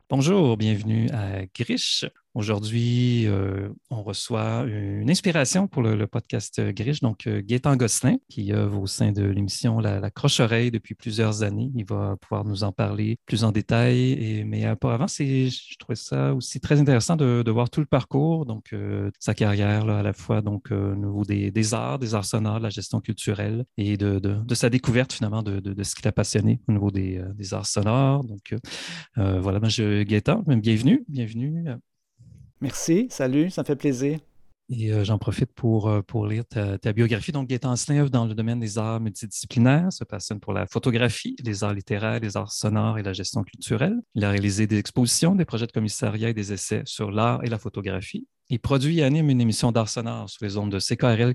Bonjour, bienvenue à Griche. Aujourd'hui, on reçoit une inspiration pour le podcast Griche, donc Gaétan Gosselin, qui œuvre au sein de l'émission La Croche-Oreille depuis plusieurs années. Il va pouvoir nous en parler plus en détail. Mais auparavant, je trouvais ça aussi très intéressant de voir tout le parcours, donc sa carrière là, à la fois donc, au niveau des arts sonores, de la gestion culturelle et de sa découverte finalement de ce qui l'a passionné au niveau des arts sonores. Donc, voilà, Gaëtan, bienvenue. Merci, salut, ça me fait plaisir. J'en profite pour lire ta biographie. Donc, Gaëtan Asselin œuvre dans le domaine des arts multidisciplinaires, se passionne pour la photographie, les arts littéraires, les arts sonores et la gestion culturelle. Il a réalisé des expositions, des projets de commissariat et des essais sur l'art et la photographie. Il produit et anime une émission d'art sonore sur les ondes de CKRL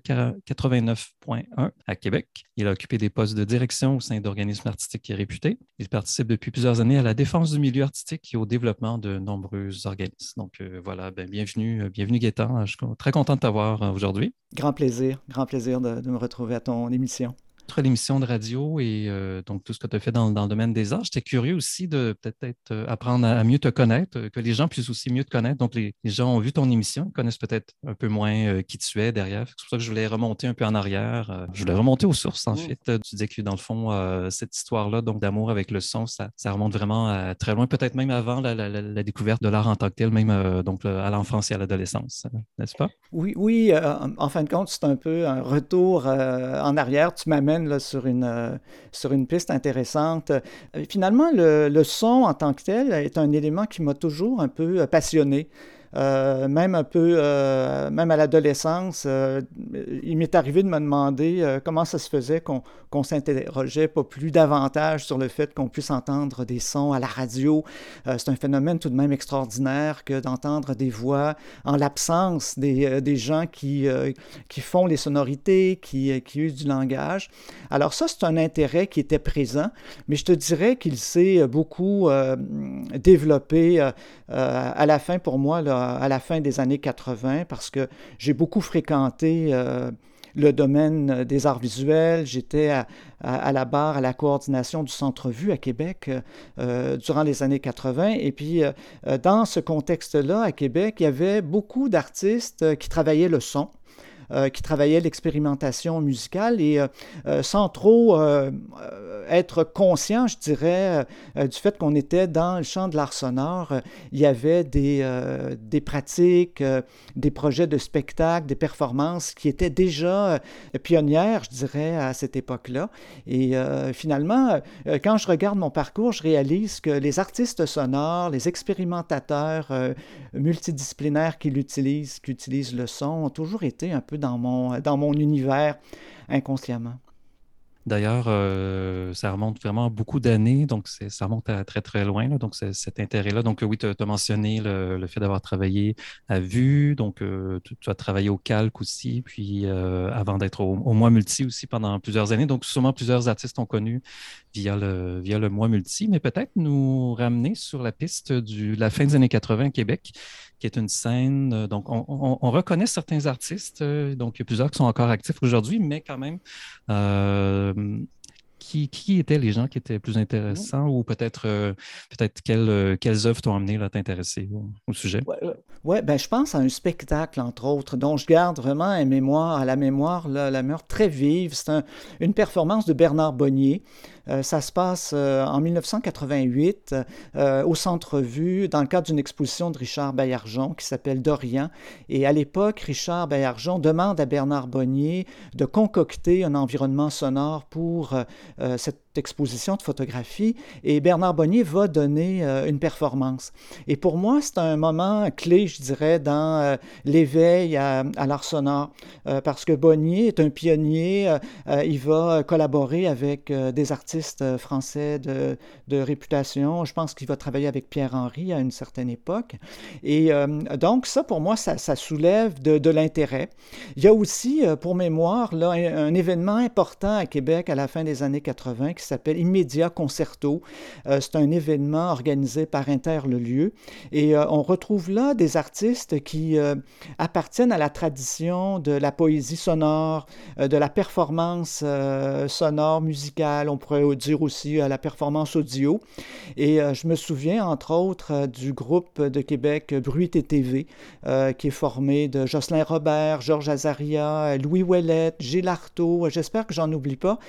89.1 à Québec. Il a occupé des postes de direction au sein d'organismes artistiques et réputés. Il participe depuis plusieurs années à la défense du milieu artistique et au développement de nombreux organismes. Donc voilà, bienvenue Gaëtan. Je suis très content de t'avoir aujourd'hui. Grand plaisir de me retrouver à ton émission. L'émission de radio et donc tout ce que tu as fait dans le domaine des arts. J'étais curieux aussi de peut-être apprendre à mieux te connaître, que les gens puissent aussi mieux te connaître. Donc, les gens ont vu ton émission, ils connaissent peut-être un peu moins qui tu es derrière. C'est pour ça que je voulais remonter un peu en arrière. Je voulais remonter aux sources, en fait. Tu disais que dans le fond, cette histoire-là, donc d'amour avec le son, ça remonte vraiment à très loin, peut-être même avant la découverte de l'art en tant que tel, même donc à l'enfance et à l'adolescence, n'est-ce pas? Oui, en fin de compte, c'est un peu un retour en arrière. Tu m'amènes là, sur une piste intéressante. Finalement, le son en tant que tel est un élément qui m'a toujours un peu passionné. Même un peu, même à l'adolescence, il m'est arrivé de me demander comment ça se faisait qu'on s'interrogeait pas plus davantage sur le fait qu'on puisse entendre des sons à la radio. C'est un phénomène tout de même extraordinaire que d'entendre des voix en l'absence des gens qui font les sonorités, qui usent du langage. Alors ça, c'est un intérêt qui était présent, mais je te dirais qu'il s'est beaucoup développé à la fin pour moi, là, à la fin des années 80, parce que j'ai beaucoup fréquenté le domaine des arts visuels. J'étais à la barre, à la coordination du Centre-Vue à Québec durant les années 80. Et puis, dans ce contexte-là, à Québec, il y avait beaucoup d'artistes qui travaillaient le son, qui travaillait l'expérimentation musicale et sans trop être conscient, je dirais, du fait qu'on était dans le champ de l'art sonore. Il y avait des pratiques, des projets de spectacles, des performances qui étaient déjà pionnières, je dirais, à cette époque-là. Et finalement, quand je regarde mon parcours, je réalise que les artistes sonores, les expérimentateurs multidisciplinaires qui utilisent le son, ont toujours été un peu dans mon univers inconsciemment. D'ailleurs, ça remonte vraiment à beaucoup d'années, donc ça remonte à très, très loin, là, donc cet intérêt-là. Donc, oui, tu as mentionné le fait d'avoir travaillé à Vue, donc tu as travaillé au Calque aussi, puis avant d'être au Moi Multi aussi pendant plusieurs années. Donc, sûrement plusieurs artistes ont connu via le Moi Multi, mais peut-être nous ramener sur la piste de la fin des années 80 à Québec, qui est une scène. Donc, on reconnaît certains artistes, donc il y a plusieurs qui sont encore actifs aujourd'hui, mais quand même, euh, qui étaient les gens qui étaient plus intéressants ou peut-être quelles œuvres t'ont amené là, à t'intéresser au sujet? Ouais, ben je pense à un spectacle, entre autres, dont je garde vraiment à la mémoire, là, la mémoire très vive. Une performance de Bernard Bonnier. Ça se passe en 1988 au Centre-Vue dans le cadre d'une exposition de Richard Baillargeon qui s'appelle Dorian. Et à l'époque, Richard Baillargeon demande à Bernard Bonnier de concocter un environnement sonore pour cette exposition de photographie et Bernard Bonnier va donner une performance. Et pour moi, c'est un moment clé, je dirais, dans l'éveil à l'art sonore parce que Bonnier est un pionnier, il va collaborer avec des artistes français de réputation. Je pense qu'il va travailler avec Pierre Henry à une certaine époque. Et donc, ça, pour moi, ça soulève de l'intérêt. Il y a aussi, pour mémoire, là, un événement important à Québec à la fin des années 80 qui s'appelle Immédiat Concerto. C'est un événement organisé par Inter le lieu. Et on retrouve là des artistes qui appartiennent à la tradition de la poésie sonore, de la performance sonore, musicale, on pourrait dire aussi à la performance audio. Et je me souviens, entre autres, du groupe de Québec Bruit et TV, qui est formé de Jocelyn Robert, Georges Azaria, Louis Ouellette, Gilles Artaud, j'espère que j'en oublie pas.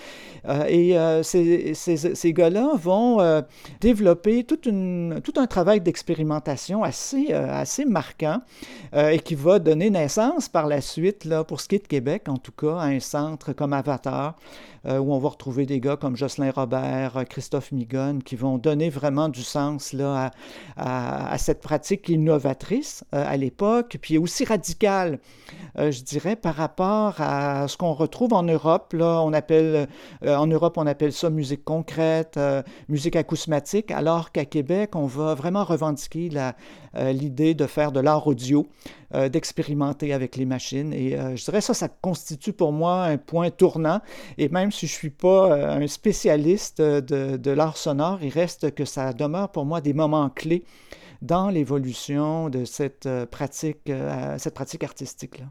Ces gars-là vont développer tout un travail d'expérimentation assez marquant et qui va donner naissance par la suite, là, pour ce qui est de Québec en tout cas, à un centre comme Avatar, où on va retrouver des gars comme Jocelyn Robert, Christophe Migone, qui vont donner vraiment du sens là, à cette pratique innovatrice à l'époque, puis aussi radicale, je dirais, par rapport à ce qu'on retrouve en Europe. Là, en Europe, on appelle ça musique concrète, musique acousmatique, alors qu'à Québec, on va vraiment revendiquer l'idée de faire de l'art audio, d'expérimenter avec les machines. Et je dirais ça constitue pour moi un point tournant. Et même si je ne suis pas un spécialiste de l'art sonore, il reste que ça demeure pour moi des moments clés dans l'évolution de cette pratique artistique-là.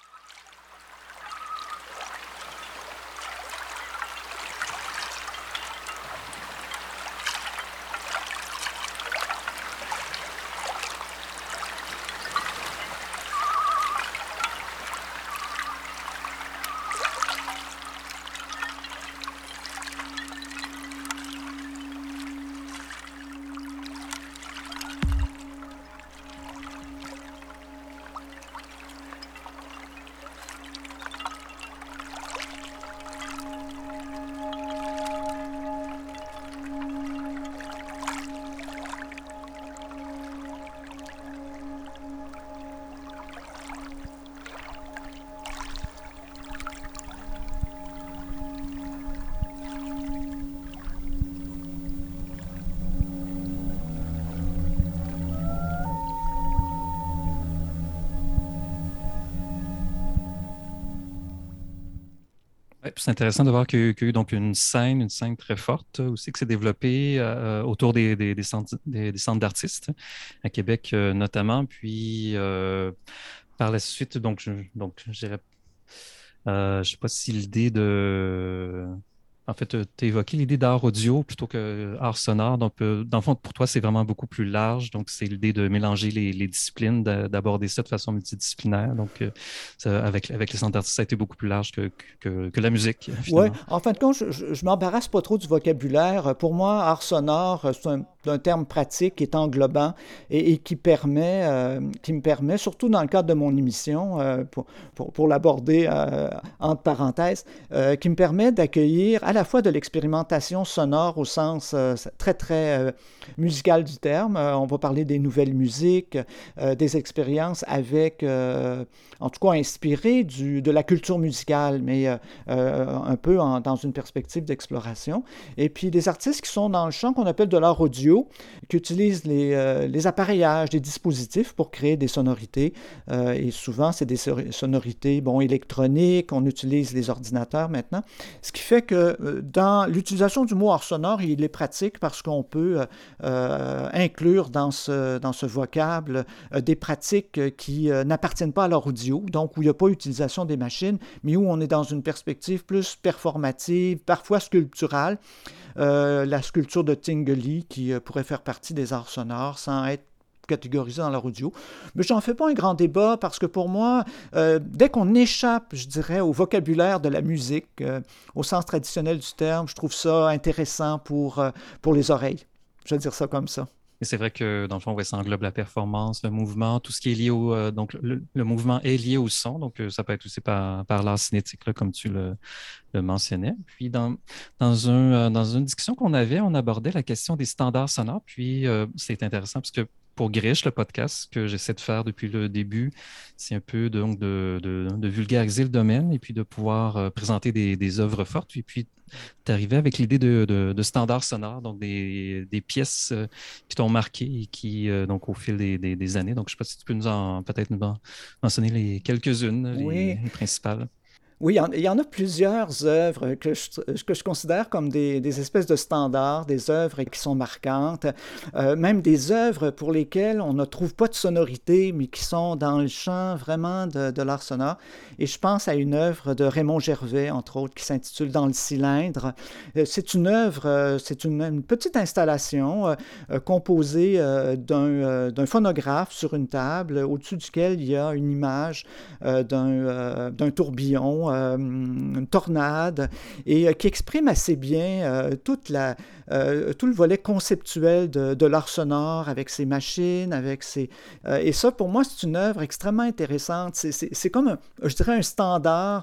Ouais, puis c'est intéressant de voir qu'il y a eu donc une scène très forte aussi qui s'est développée autour des centres d'artistes à Québec notamment. Puis par la suite, je dirais, je ne sais pas si l'idée de... En fait, tu as évoqué l'idée d'art audio plutôt que art sonore. Donc, dans le fond, pour toi, c'est vraiment beaucoup plus large. Donc, c'est l'idée de mélanger les disciplines, d'aborder ça de façon multidisciplinaire. Donc, avec les centres d'artistes, ça a été beaucoup plus large que la musique, Oui, finalement. en fin de compte, je m'embarrasse pas trop du vocabulaire. Pour moi, art sonore, c'est un terme pratique qui est englobant et qui me permet, surtout dans le cadre de mon émission, pour l'aborder entre parenthèses, qui me permet d'accueillir à la fois de l'expérimentation sonore au sens très, très musical du terme. On va parler des nouvelles musiques, des expériences avec, en tout cas inspirées de la culture musicale, mais un peu dans une perspective d'exploration. Et puis des artistes qui sont dans le champ qu'on appelle de l'art audio, qui utilisent les appareillages, des dispositifs pour créer des sonorités. Et souvent, c'est des sonorités électroniques, on utilise les ordinateurs maintenant. Ce qui fait que dans l'utilisation du mot art sonore, il est pratique parce qu'on peut inclure dans ce vocable des pratiques qui n'appartiennent pas à l'art audio, donc où il n'y a pas utilisation des machines, mais où on est dans une perspective plus performative, parfois sculpturale. La sculpture de Tinguely qui pourrait faire partie des arts sonores sans être catégorisé dans l'art audio. Mais je n'en fais pas un grand débat parce que pour moi, dès qu'on échappe, je dirais, au vocabulaire de la musique, au sens traditionnel du terme, je trouve ça intéressant pour les oreilles. Je vais dire ça comme ça. Et c'est vrai que dans le fond, ouais, ça englobe la performance, le mouvement, tout ce qui est lié au. Donc, le mouvement est lié au son. Donc, ça peut être aussi par l'art cinétique, là, comme tu le mentionnais. Puis, dans une discussion qu'on avait, on abordait la question des standards sonores. Puis, c'est intéressant parce que pour Grish, le podcast que j'essaie de faire depuis le début, c'est un peu donc de vulgariser le domaine et puis de pouvoir présenter des œuvres fortes. Et puis, d'arriver avec l'idée de standards sonores, donc des pièces qui t'ont marqué et qui, donc au fil des années. Donc, je ne sais pas si tu peux peut-être nous en mentionner les quelques-unes, Oui, les principales. Oui, il y en a plusieurs œuvres que je considère comme des espèces de standards, des œuvres qui sont marquantes, même des œuvres pour lesquelles on ne trouve pas de sonorité, mais qui sont dans le champ vraiment de l'art sonore. Et je pense à une œuvre de Raymond Gervais, entre autres, qui s'intitule Dans le cylindre. C'est une œuvre, c'est une petite installation composée d'un phonographe sur une table, au-dessus duquel il y a une image d'un tourbillon, une tornade, et qui exprime assez bien tout le volet conceptuel de l'art sonore avec ses machines, et ça, pour moi, c'est une œuvre extrêmement intéressante. C'est comme, je dirais, un standard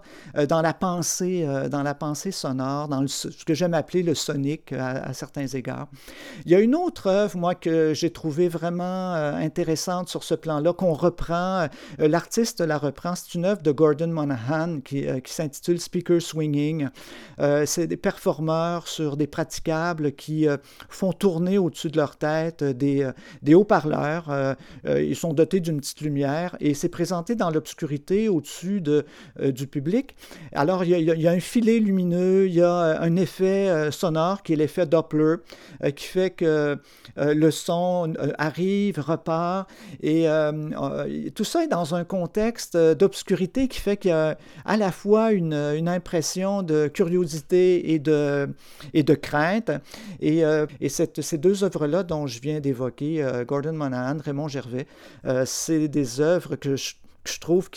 dans la pensée sonore, ce que j'aime appeler le sonique à certains égards. Il y a une autre œuvre, moi, que j'ai trouvée vraiment intéressante sur ce plan-là, qu'on reprend, l'artiste la reprend, c'est une œuvre de Gordon Monahan qui s'intitule Speaker Swinging. C'est des performeurs sur des praticables qui font tourner au-dessus de leur tête des haut-parleurs. Ils sont dotés d'une petite lumière et c'est présenté dans l'obscurité au-dessus du public. Alors, il y a un filet lumineux, il y a un effet sonore qui est l'effet Doppler, qui fait que le son arrive, repart, et tout ça est dans un contexte d'obscurité qui fait qu'il y a à la fois une impression de curiosité et de crainte. Et ces deux œuvres-là dont je viens d'évoquer, Gordon Monahan, Raymond Gervais, c'est des œuvres que je trouve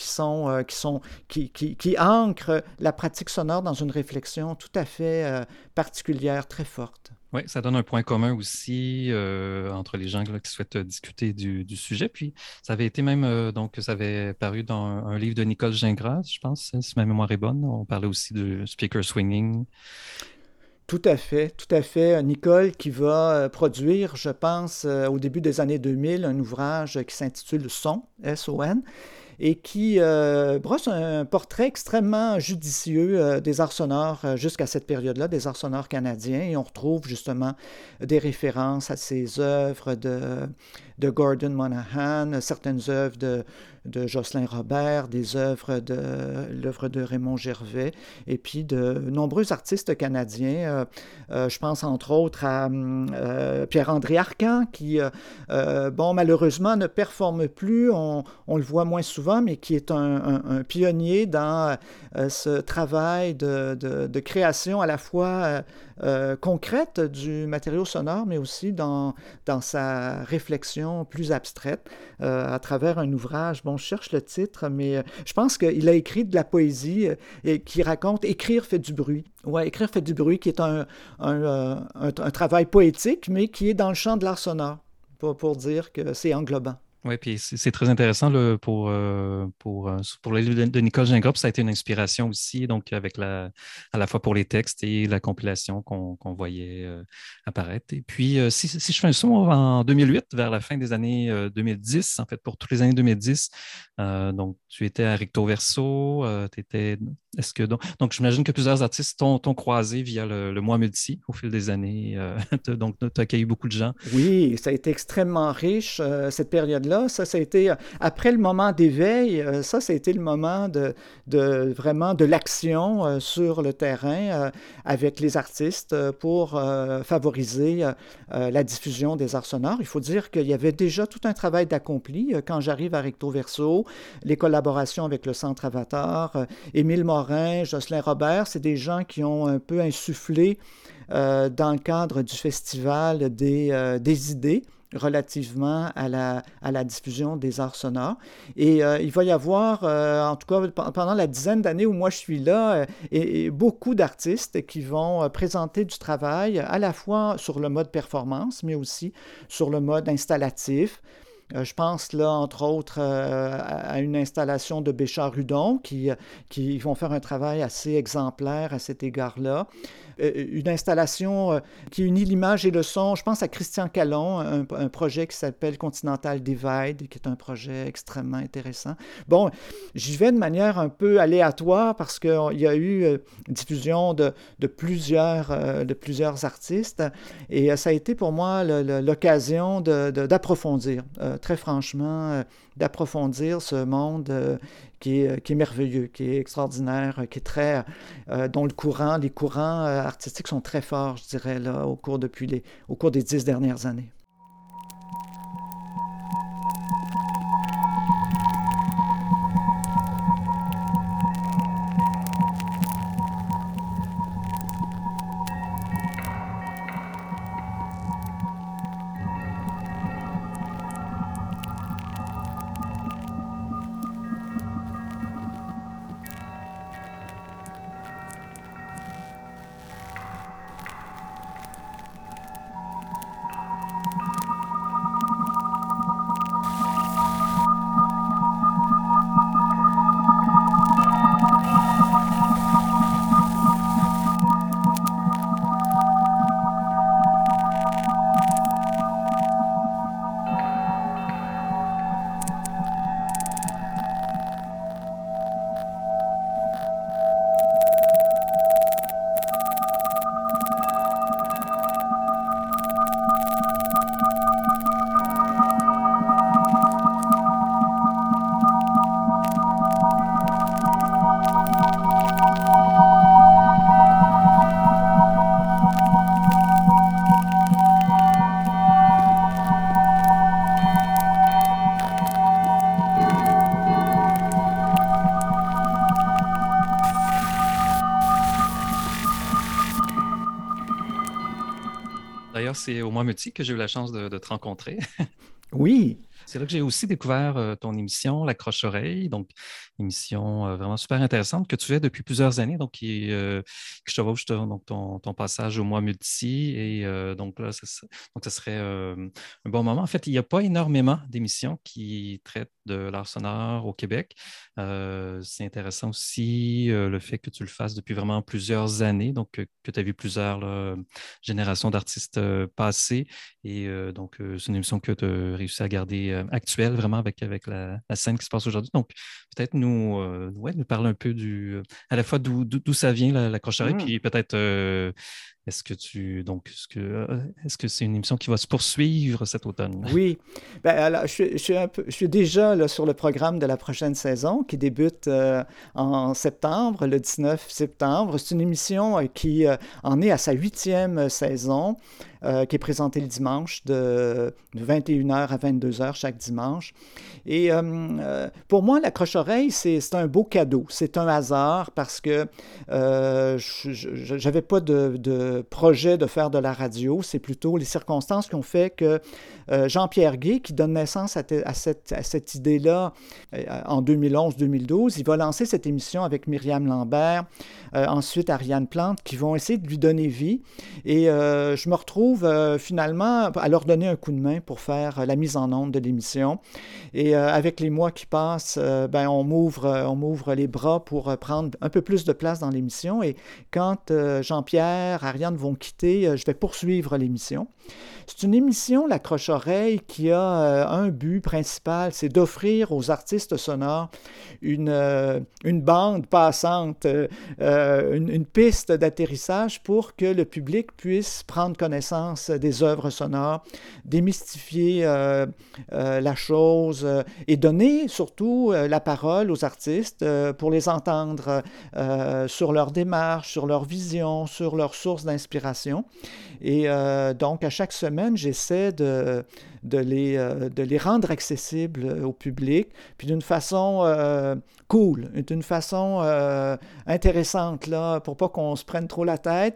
qui ancrent la pratique sonore dans une réflexion tout à fait particulière, très forte. Oui, ça donne un point commun aussi entre les gens là, qui souhaitent discuter du sujet. Puis, ça avait été même, donc, ça avait paru dans un livre de Nicole Gingras, je pense, si ma mémoire est bonne. On parlait aussi de speaker swinging. Tout à fait, tout à fait. Nicole qui va produire, je pense, au début des années 2000, un ouvrage qui s'intitule Son, S-O-N, et qui brosse un portrait extrêmement judicieux des arts sonores jusqu'à cette période-là, des arts sonores canadiens. Et on retrouve justement des références à ces œuvres de Gordon Monahan, certaines œuvres de Jocelyn Robert, des œuvres l'œuvre de Raymond Gervais, et puis de nombreux artistes canadiens. Je pense entre autres à Pierre-André Arcan, qui, bon, malheureusement, ne performe plus, on le voit moins souvent, mais qui est un pionnier dans ce travail de création à la fois concrète du matériau sonore, mais aussi dans sa réflexion plus abstraite à travers un ouvrage. Bon, je cherche le titre, mais je pense qu'il a écrit de la poésie et qui raconte Écrire fait du bruit. Ouais, Écrire fait du bruit, qui est un travail poétique, mais qui est dans le champ de l'art sonore, pour dire que c'est englobant. Oui, puis c'est très intéressant là, pour le livre de Nicole Gingras. Ça a été une inspiration aussi, donc à la fois pour les textes et la compilation qu'on voyait apparaître. Et puis, si je fais un saut en 2008, vers la fin des années 2010, en fait, pour toutes les années 2010, donc tu étais à Recto Verso, donc j'imagine que plusieurs artistes t'ont croisé via le Mois Multi au fil des années. Donc, tu as accueilli beaucoup de gens. Oui, ça a été extrêmement riche, cette période-là. Ça a été, après le moment d'éveil, ça a été le moment vraiment de l'action sur le terrain avec les artistes pour favoriser la diffusion des arts sonores. Il faut dire qu'il y avait déjà tout un travail d'accompli. Quand j'arrive à Recto Verso, les collaborations avec le Centre Avatar, Émile Morin, Jocelyn Robert, c'est des gens qui ont un peu insufflé dans le cadre du festival des idées relativement à la diffusion des arts sonores. Et il va y avoir, en tout cas pendant la dizaine d'années où moi je suis là, et beaucoup d'artistes qui vont présenter du travail à la fois sur le mode performance, mais aussi sur le mode installatif. Je pense là, entre autres, à une installation de Béchard-Hudon qui vont faire un travail assez exemplaire à cet égard-là. Une installation qui unit l'image et le son. Je pense à Christian Calon, un projet qui s'appelle Continental Divide, qui est un projet extrêmement intéressant. Bon, j'y vais de manière un peu aléatoire parce qu'il y a eu diffusion de plusieurs artistes et ça a été pour moi l'occasion d'approfondir très franchement, d'approfondir ce monde qui est merveilleux, qui est extraordinaire, qui est très, dont les courants artistiques sont très forts, je dirais, là, au cours des 10 dernières années. D'ailleurs, c'est au Mois-Mutti que j'ai eu la chance de te rencontrer. Oui, C'est là que j'ai aussi découvert ton émission, La Croche-Oreille, donc émission vraiment super intéressante que tu fais depuis plusieurs années, donc qui chevauche donc ton passage au Mois Multi. Et donc là, ça serait un bon moment. En fait, il n'y a pas énormément d'émissions qui traitent de l'art sonore au Québec. C'est intéressant aussi le fait que tu le fasses depuis vraiment plusieurs années, donc que tu as vu plusieurs là, générations d'artistes passer. Et c'est une émission que tu as réussi à garder actuelle, vraiment avec la scène qui se passe aujourd'hui. Donc, peut-être nous parler un peu à la fois d'où ça vient, la crocherie, hmm, puis peut-être est-ce que c'est une émission qui va se poursuivre cet automne? oui. Ben, alors, je suis déjà là, sur le programme de la prochaine saison qui débute en septembre, le 19 septembre. C'est une émission qui en est à sa 8e saison, qui est présentée le dimanche de 21h à 22h chaque dimanche. Et pour moi, la croche-oreille, c'est un beau cadeau. C'est un hasard parce que je n'avais pas de projet de faire de la radio. C'est plutôt les circonstances qui ont fait que Jean-Pierre Gué, qui donne naissance à cette idée-là en 2011-2012, il va lancer cette émission avec Myriam Lambert, ensuite Ariane Plante, qui vont essayer de lui donner vie. Et je me retrouve finalement à leur donner un coup de main pour faire la mise en onde de l'émission. Et avec les mois qui passent, ben, on m'ouvre les bras pour prendre un peu plus de place dans l'émission. Et quand Jean-Pierre, Ariane vont quitter, je vais poursuivre l'émission. C'est une émission, La Croche-Oreille, qui a un but principal, c'est d'offrir aux artistes sonores une bande passante, une piste d'atterrissage pour que le public puisse prendre connaissance des œuvres sonores, démystifier la chose et donner surtout la parole aux artistes pour les entendre sur leur démarche, sur leur vision, sur leurs sources d'inspiration. Et donc, à chaque semaine, j'essaie de les rendre accessibles au public, puis d'une façon cool, d'une façon intéressante, là, pour pas qu'on se prenne trop la tête,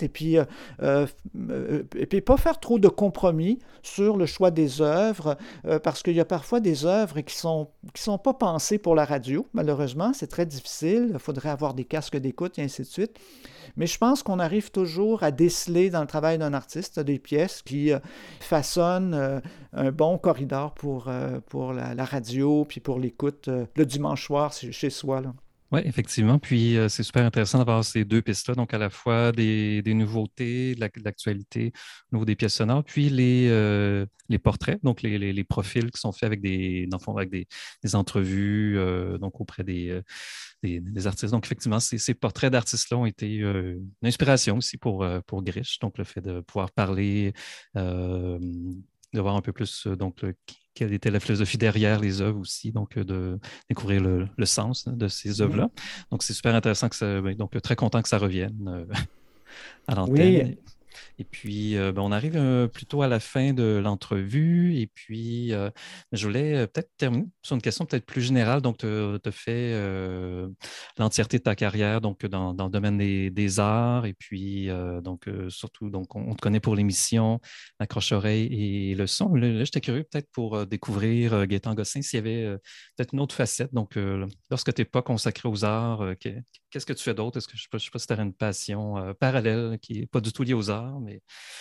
et puis pas faire trop de compromis sur le choix des œuvres, parce qu'il y a parfois des œuvres qui sont pas pensées pour la radio, malheureusement, c'est très difficile, il faudrait avoir des casques d'écoute et ainsi de suite. Mais je pense qu'on arrive toujours à déceler dans le travail d'un artiste des pièces qui façonnent un bon corridor pour la radio, puis pour l'écoute le dimanche soir chez soi, là. Oui, effectivement. Puis c'est super intéressant d'avoir ces deux pistes-là, donc à la fois des nouveautés, de l'actualité au niveau des pièces sonores, puis les portraits, donc les profils qui sont faits avec dans le fond, avec des entrevues donc auprès des artistes. Donc effectivement, ces portraits d'artistes-là ont été une inspiration aussi pour Grish, donc le fait de pouvoir parler, de voir un peu plus quelle était la philosophie derrière les œuvres aussi, donc de découvrir le sens de ces Mhm. œuvres-là. Donc, c'est super intéressant que ça, ben, donc très content que ça revienne à Oui, l'antenne. Et puis, ben, on arrive plutôt à la fin de l'entrevue. Et puis, je voulais peut-être terminer sur une question peut-être plus générale. Donc, tu as fait l'entièreté de ta carrière donc, dans le domaine des arts. Et puis, donc, surtout, donc, on te connaît pour l'émission Accroche-oreille et le son. Là, j'étais curieux peut-être pour découvrir Gaétan Gosselin s'il y avait peut-être une autre facette. Donc, lorsque tu n'es pas consacré aux arts, qu'est-ce que tu fais d'autre? Est-ce que je ne sais pas si tu as une passion parallèle qui n'est pas du tout liée aux arts, mais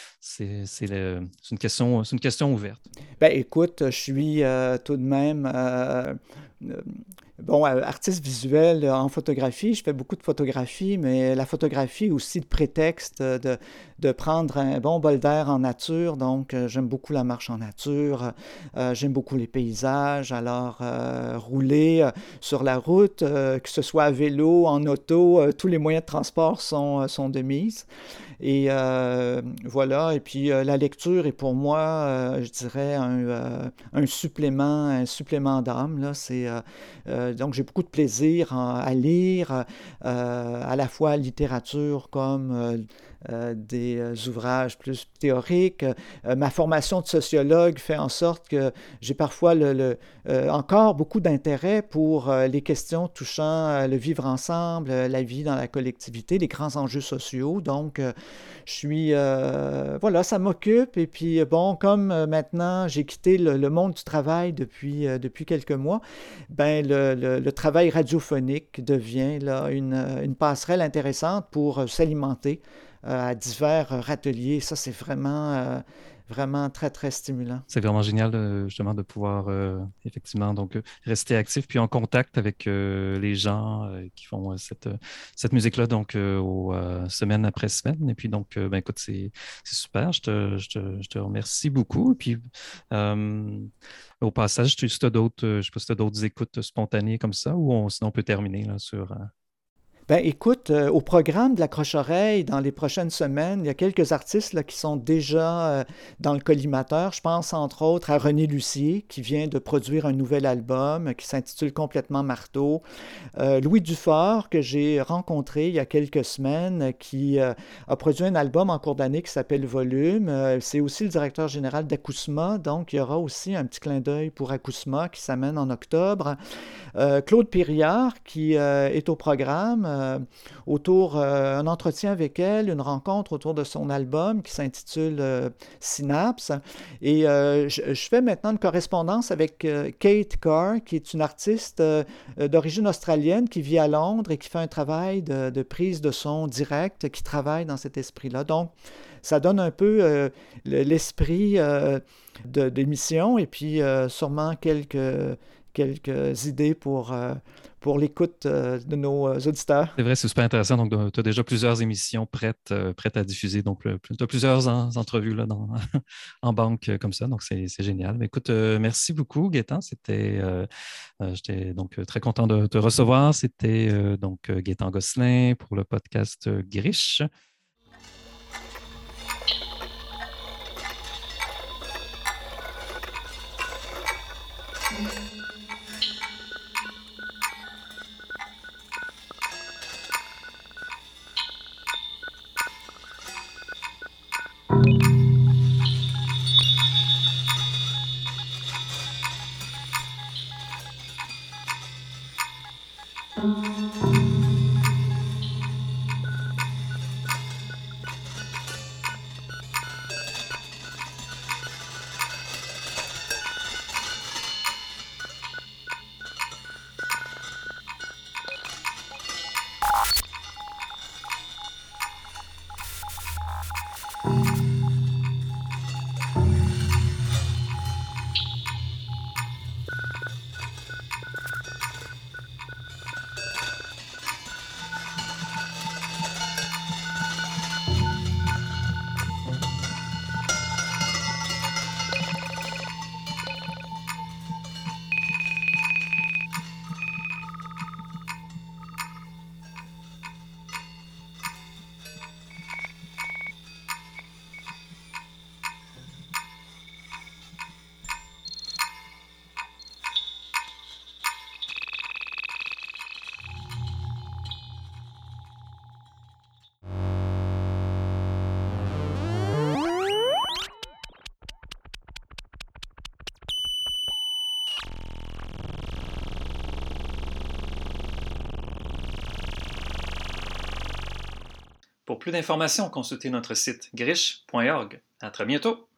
c'est une question ouverte. ben écoute, je suis tout de même euh, bon, artiste visuel en photographie. Je fais beaucoup de photographie, mais la photographie est aussi le prétexte de prendre un bon bol d'air en nature. Donc, j'aime beaucoup la marche en nature, j'aime beaucoup les paysages. Alors, rouler sur la route, que ce soit à vélo, en auto, tous les moyens de transport sont de mise. Et voilà, et puis la lecture est pour moi, je dirais, un supplément d'âme. Là. Donc j'ai beaucoup de plaisir à lire, à la fois littérature comme des ouvrages plus théoriques. Ma formation de sociologue fait en sorte que j'ai parfois encore beaucoup d'intérêt pour les questions touchant le vivre ensemble, la vie dans la collectivité, les grands enjeux sociaux. Donc, je suis, voilà, ça m'occupe. Et puis, bon, comme maintenant, j'ai quitté le monde du travail depuis quelques mois, ben, le travail radiophonique devient là, une passerelle intéressante pour s'alimenter à divers râteliers. Ça, c'est vraiment très, très stimulant. C'est vraiment génial justement de pouvoir effectivement donc rester actif puis en contact avec les gens qui font cette musique-là donc semaine après semaine. Et puis donc ben écoute c'est super. Je te remercie beaucoup. Et puis au passage, si tu as d'autres je sais pas si tu as d'autres écoutes spontanées comme ça ou sinon on peut terminer là sur Ben écoute, au programme de la Croche-Oreille, dans les prochaines semaines, il y a quelques artistes là, qui sont déjà dans le collimateur. Je pense entre autres à René Lucier, qui vient de produire un nouvel album qui s'intitule Complètement Marteau. Louis Dufort, que j'ai rencontré il y a quelques semaines, qui a produit un album en cours d'année qui s'appelle Volume. C'est aussi le directeur général d'Acousma, donc il y aura aussi un petit clin d'œil pour Acousma qui s'amène en octobre. Claude Piriard, qui est au programme, autour un entretien avec elle, une rencontre autour de son album qui s'intitule Synapse. Et je fais maintenant une correspondance avec Kate Carr, qui est une artiste d'origine australienne qui vit à Londres et qui fait un travail de prise de son direct, qui travaille dans cet esprit-là. Donc, ça donne un peu l'esprit d'émission et puis sûrement quelques idées pour l'écoute de nos auditeurs. c'est vrai, c'est super intéressant. Donc, tu as déjà plusieurs émissions prêtes à diffuser. Donc, tu as plusieurs entrevues là, en banque comme ça. Donc, c'est génial. Mais écoute, merci beaucoup, Gaétan. J'étais donc très content de te recevoir. C'était donc Gaétan Gosselin pour le podcast Griche. Pour plus d'informations, consultez notre site griche.org. À très bientôt!